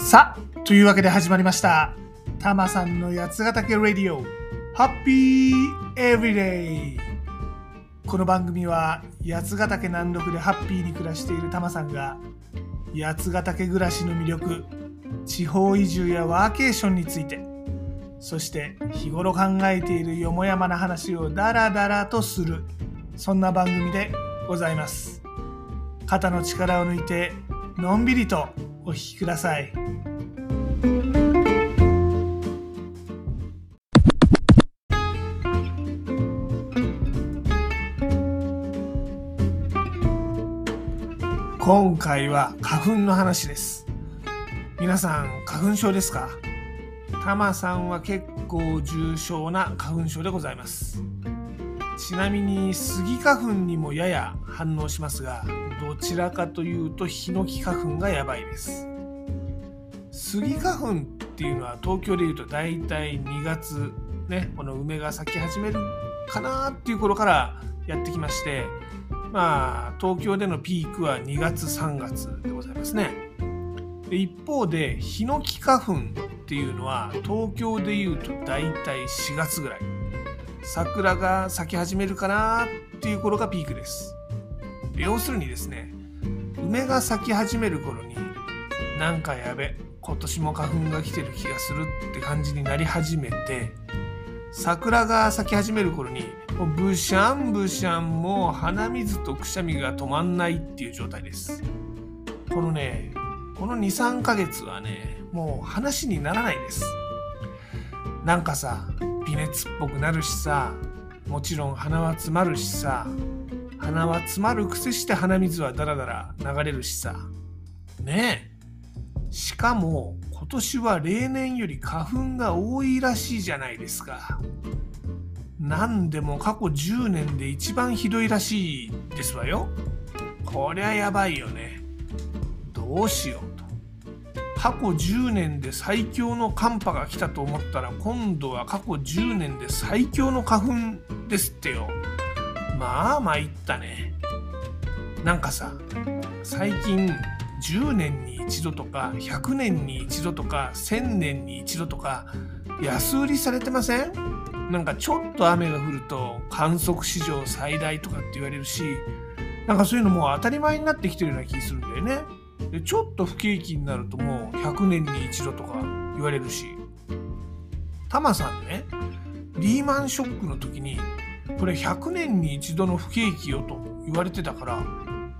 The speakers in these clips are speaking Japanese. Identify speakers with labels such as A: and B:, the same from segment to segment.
A: さあ、というわけで始まりました。たまさんの八ヶ岳ラディオ、ハッピーエブリデイ。この番組は八ヶ岳南麓でハッピーに暮らしているたまさんが、八ヶ岳暮らしの魅力、地方移住やワーケーションについて、そして日頃考えているよもやまな話をダラダラとする、そんな番組でございます。肩の力を抜いてのんびりとお聞きください。今回は花粉の話です。皆さん花粉症ですか？たまさんは結構重症な花粉症でございます。ちなみにスギ花粉にもやや反応しますが、どちらかというとヒノキ花粉がやばいです。スギ花粉っていうのは東京でいうとだいたい2月ね、この梅が咲き始めるかなっていう頃からやってきまして、東京でのピークは2月3月でございますね。で一方でヒノキ花粉っていうのは東京でいうとだいたい4月ぐらい、桜が咲き始めるかなっていう頃がピークです。で要するにですね、梅が咲き始める頃になんかやべ、今年も花粉が来てる気がするって感じになり始めて、桜が咲き始める頃にもうブシャンブシャン、もう鼻水とくしゃみが止まんないっていう状態です。この 2,3 ヶ月はね、もう話にならないです。なんかさ、微熱っぽくなるしさ、もちろん鼻は詰まるしさ、鼻は詰まるくせして鼻水はダラダラ流れるしさねえ。しかも今年は例年より花粉が多いらしいじゃないですか。なんでも過去10年で一番ひどいらしいですわよ。こりゃやばいよね。どうしようと。過去10年で最強の寒波が来たと思ったら、今度は過去10年で最強の花粉ですってよ。参ったね。なんかさ、最近10年に一度とか100年に一度とか1000年に一度とか安売りされてません？なんかちょっと雨が降ると観測史上最大とかって言われるし、なんかそういうのもう当たり前になってきてるような気するんだよね。でちょっと不景気になるともう100年に一度とか言われるし、タマさんね、リーマンショックの時にこれ100年に一度の不景気よと言われてたから、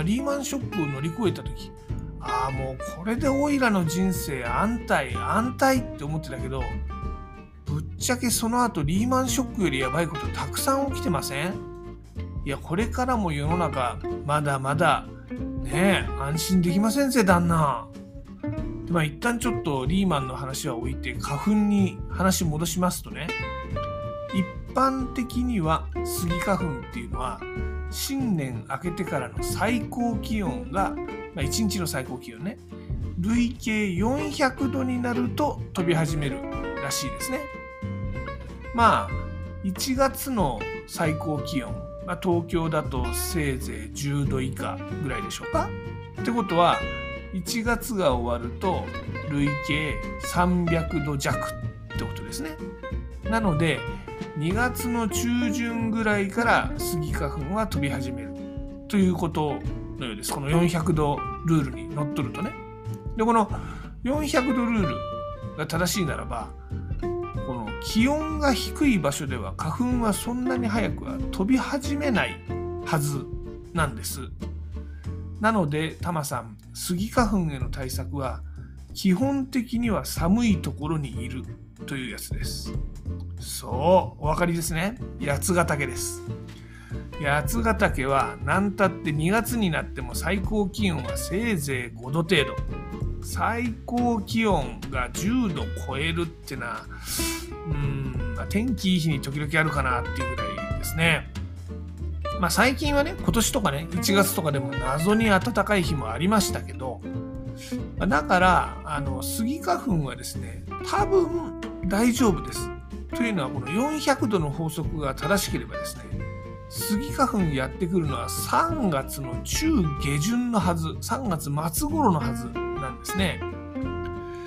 A: リーマンショックを乗り越えた時、もうこれでオイラの人生安泰って思ってたけど、ぶっちゃけその後リーマンショックよりやばいことたくさん起きてません？いや、これからも世の中まだまだねえ、安心できませんぜ旦那。一旦ちょっとリーマンの話は置いて花粉に話戻しますとね、一般的にはスギ花粉っていうのは新年明けてからの最高気温が、1日の最高気温ね、累計400度になると飛び始めるらしいですね。1月の最高気温、東京だとせいぜい10度以下ぐらいでしょうか。ってことは1月が終わると累計300度弱ってことですね。なので2月の中旬ぐらいからスギ花粉は飛び始めるということのようです。この400度ルールにのっとるとね。でこの400度ルールが正しいならば、この気温が低い場所では花粉はそんなに早くは飛び始めないはずなんです。なのでタマさん、スギ花粉への対策は基本的には寒いところにいるというやつです。そう、お分かりですね。八ヶ岳です。八ヶ岳は何たって2月になっても最高気温はせいぜい5度程度、最高気温が10度超えるってのは天気いい日に時々あるかなっていうぐらいですね。最近はね、今年とかね、1月とかでも謎に暖かい日もありましたけど、だからスギ花粉はですね、多分大丈夫です。というのはこの400度の法則が正しければですね、スギ花粉やってくるのは3月の中下旬のはず、3月末頃のはずなんですね。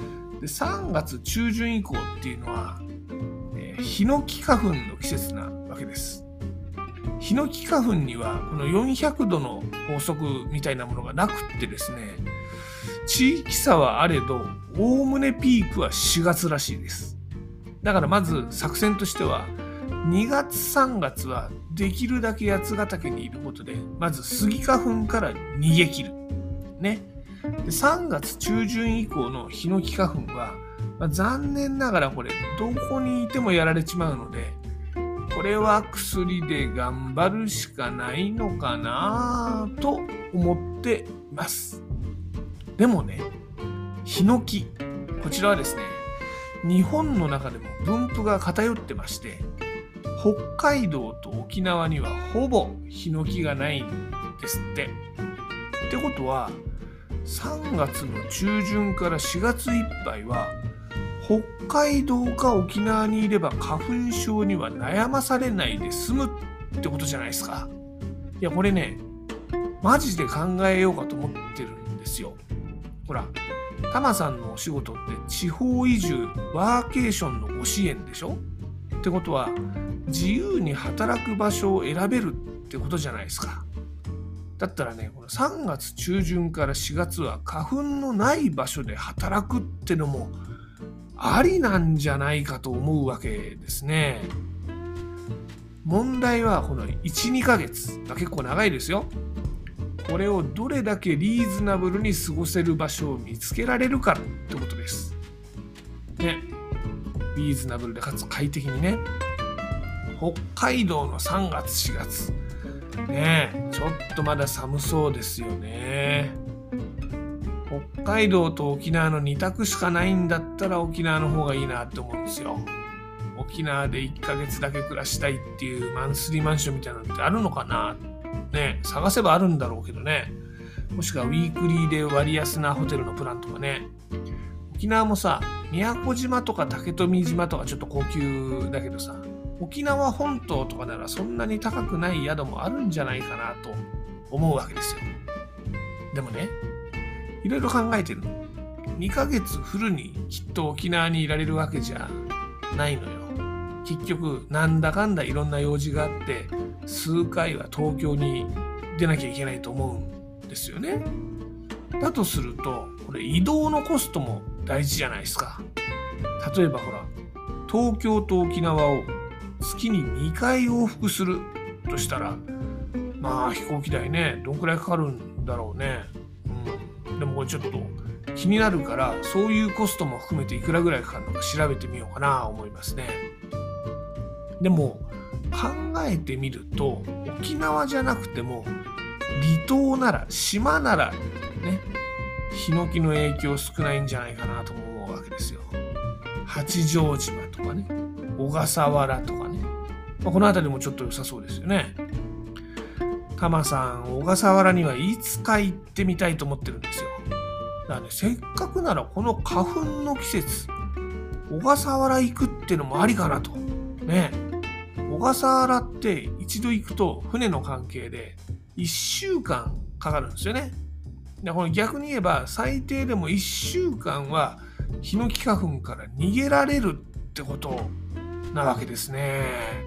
A: で3月中旬以降っていうのは、ヒノキ花粉の季節なわけです。ヒノキ花粉にはこの400度の法則みたいなものがなくってですね、地域差はあれどおおむねピークは4月らしいです。だからまず作戦としては2月3月はできるだけ八ヶ岳にいることでまずスギ花粉から逃げ切るね。で3月中旬以降のヒノキ花粉は、残念ながらこれどこにいてもやられちまうので、これは薬で頑張るしかないのかなと思っています。でもね、ヒノキ、こちらはですね、日本の中でも分布が偏ってまして、北海道と沖縄にはほぼヒノキがないんですって。ってことは、3月の中旬から4月いっぱいは、北海道か沖縄にいれば花粉症には悩まされないで済むってことじゃないですか。いや、これね、マジで考えようかと思ってるんですよ。ほら、タマさんのお仕事って地方移住、ワーケーションのご支援でしょ？ってことは、自由に働く場所を選べるってことじゃないですか。だったらね、この3月中旬から4月は花粉のない場所で働くってのもありなんじゃないかと思うわけですね。問題はこの 1,2 ヶ月、結構長いですよ。これをどれだけリーズナブルに過ごせる場所を見つけられるかってことです。ね。リーズナブルでかつ快適にね。北海道の3月4月。ねえ、ちょっとまだ寒そうですよね。北海道と沖縄の2択しかないんだったら沖縄の方がいいなって思うんですよ。沖縄で1ヶ月だけ暮らしたいっていうマンスリーマンションみたいなのってあるのかなね、探せばあるんだろうけどね。もしくはウィークリーで割安なホテルのプランとかね。沖縄もさ、宮古島とか竹富島とかちょっと高級だけどさ、沖縄本島とかならそんなに高くない宿もあるんじゃないかなと思うわけですよ。でもね、いろいろ考えてるの。2ヶ月フルにきっと沖縄にいられるわけじゃないのよ。結局なんだかんだいろんな用事があって数回は東京に出なきゃいけないと思うんですよね。だとするとこれ移動のコストも大事じゃないですか。例えばほら、東京と沖縄を月に2回往復するとしたら、まあ飛行機代ね、どんくらいかかるんだろうね。でもこれちょっと気になるから、そういうコストも含めていくらぐらいかかるのか調べてみようかなと思いますね。でも考えてみると、沖縄じゃなくても離島なら、島ならね、ヒノキの影響少ないんじゃないかなと思うわけですよ。八丈島とかね、小笠原とかね、この辺りもちょっと良さそうですよね。タマさん、小笠原にはいつか行ってみたいと思ってるんですよ。だからね、せっかくならこの花粉の季節、小笠原行くってのもありかなと。ね。小笠原って一度行くと船の関係で1週間かかるんですよね。でこれ逆に言えば最低でも1週間はヒノキ花粉から逃げられるってことなわけですね。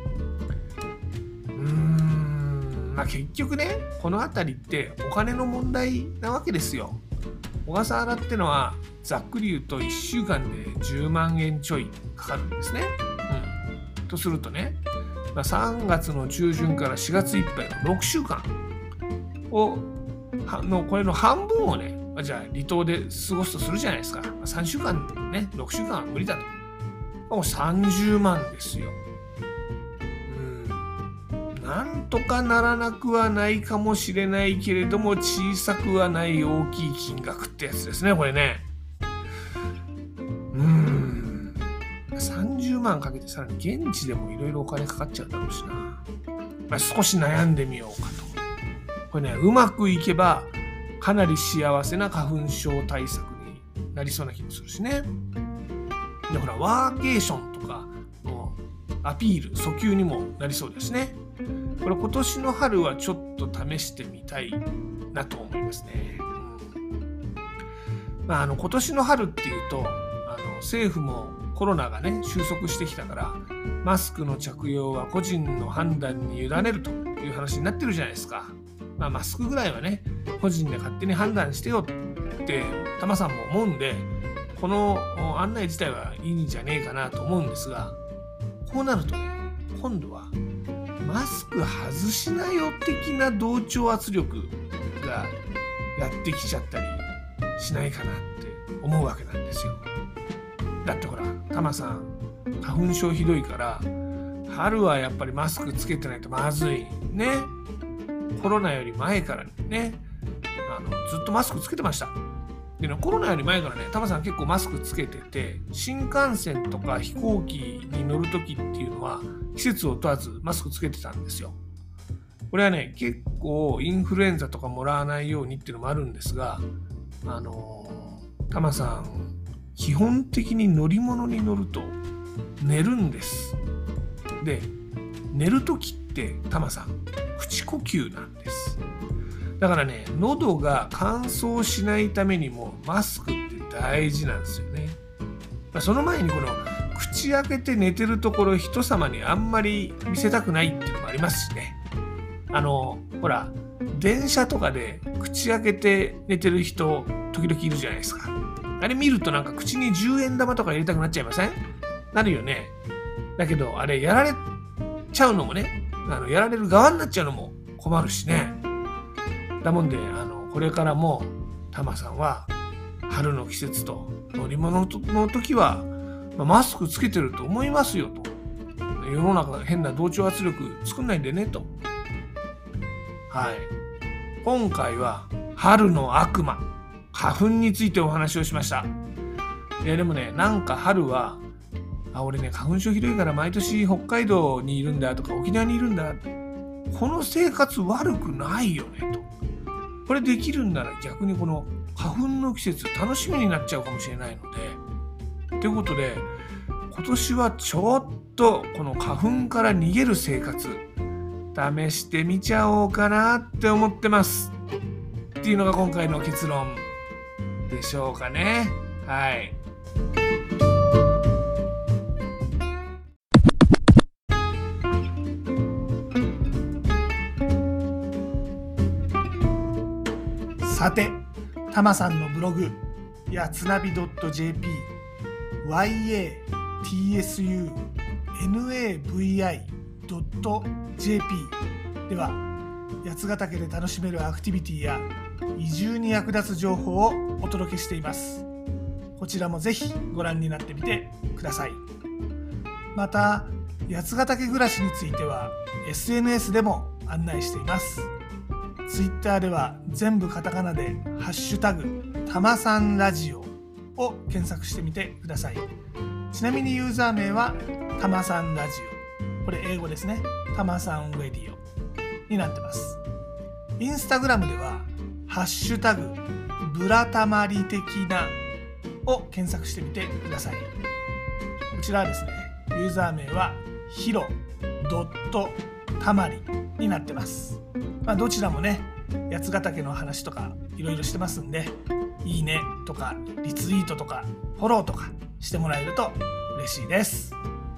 A: 結局ね、この辺りってお金の問題なわけですよ。小笠原ってのはざっくり言うと1週間で10万円ちょいかかるんですね。とするとね、3月の中旬から4月いっぱいの6週間をこれの半分をね、じゃあ離島で過ごすとするじゃないですか。3週間ね、6週間は無理だと。もう30万ですよ。なんとかならなくはないかもしれないけれども、小さくはない大きい金額ってやつですね、これね。30万かけてさらに現地でもいろいろお金かかっちゃうだろうしな。少し悩んでみようかと。これね、うまくいけばかなり幸せな花粉症対策になりそうな気もするしね。でほら、ワーケーションとかのアピール、訴求にもなりそうですね。これ今年の春はちょっと試してみたいなと思いますね。今年の春っていうと政府もコロナがね収束してきたからマスクの着用は個人の判断に委ねるという話になってるじゃないですか。マスクぐらいはね個人で勝手に判断してよってタマさんも思うんで、この案内自体はいいんじゃねえかなと思うんですが、こうなるとね今度はマスク外しなよ的な同調圧力がやってきちゃったりしないかなって思うわけなんですよ。だってほらタマさん花粉症ひどいから春はやっぱりマスクつけてないとまずいね。コロナより前からねずっとマスクつけてました。でコロナより前からねタマさん結構マスクつけてて、新幹線とか飛行機に乗る時っていうのは季節を問わずマスクつけてたんですよ。これはね結構インフルエンザとかもらわないようにっていうのもあるんですが、タマさん基本的に乗り物に乗ると寝るんです。で寝る時ってタマさん口呼吸なんです。だからね喉が乾燥しないためにもマスクって大事なんですよね。その前にこの口開けて寝てるところ人様にあんまり見せたくないっていうのもありますしね。ほら電車とかで口開けて寝てる人時々いるじゃないですか。あれ見るとなんか口に10円玉とか入れたくなっちゃいません？なるよね。だけどあれやられちゃうのもねやられる側になっちゃうのも困るしね。だもんでこれからもタマさんは春の季節と乗り物の時は、マスクつけてると思いますよと。世の中変な同調圧力作んないでねと。はい。今回は春の悪魔、花粉についてお話をしました。でもね、なんか春は俺ね花粉症ひどいから毎年北海道にいるんだとか沖縄にいるんだ、この生活悪くないよねと。これできるんなら逆にこの花粉の季節楽しみになっちゃうかもしれないので、ということで今年はちょっとこの花粉から逃げる生活試してみちゃおうかなって思ってますっていうのが今回の結論でしょうかね。はい。さて、タマさんのブログやつなび .jp yatsunavi.jp では八ヶ岳で楽しめるアクティビティや移住に役立つ情報をお届けしています。こちらもぜひご覧になってみてください。また八ヶ岳暮らしについては SNS でも案内しています。ツイッターでは全部カタカナでハッシュタグたまさんラジオを検索してみてください。ちなみにユーザー名はたまさんラジオ、これ英語ですね、たまさんレディオになってます。インスタグラムではハッシュタグブラタマリ的なを検索してみてください。こちらはですね、ユーザー名はひろたまりになってます。どちらもね八ヶ岳の話とかいろいろしてますんで、いいねとかリツイートとかフォローとかしてもらえると嬉しいです。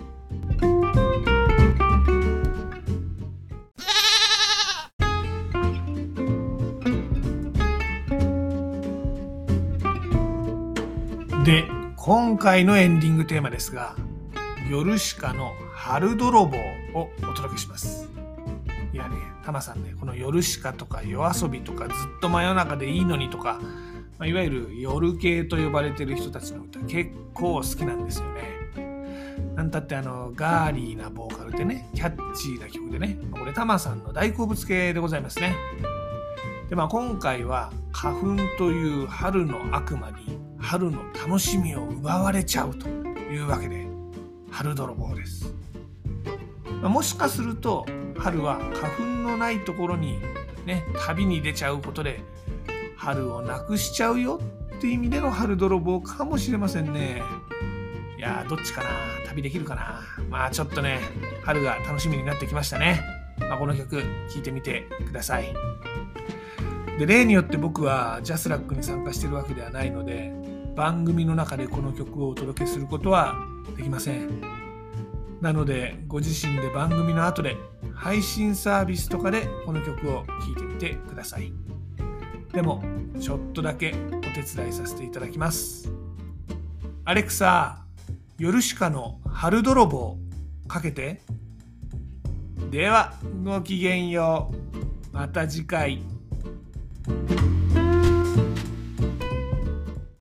A: で、今回のエンディングテーマですが、ヨルシカの春泥棒をお届けします。いやね、タマさんね、このヨルシカとか夜遊びとかずっと真夜中でいいのにとか、いわゆる夜系と呼ばれてる人たちの歌結構好きなんですよね。なんたってガーリーなボーカルでね、キャッチーな曲でね、これタマさんの大好物系でございますね。で、今回は花粉という春の悪魔に春の楽しみを奪われちゃうというわけで、春泥棒です。もしかすると春は花粉のないところにね旅に出ちゃうことで春をなくしちゃうよって意味での春泥棒かもしれませんね。いやどっちかな、旅できるかな。ちょっとね春が楽しみになってきましたね。この曲聴いてみてください。で、例によって僕はジャスラックに参加してるわけではないので番組の中でこの曲をお届けすることはできません。なのでご自身で番組の後で配信サービスとかでこの曲を聴いてみてください。でもちょっとだけお手伝いさせていただきます。アレクサ、ヨルシカの春泥棒かけて。ではごきげんよう。また次回。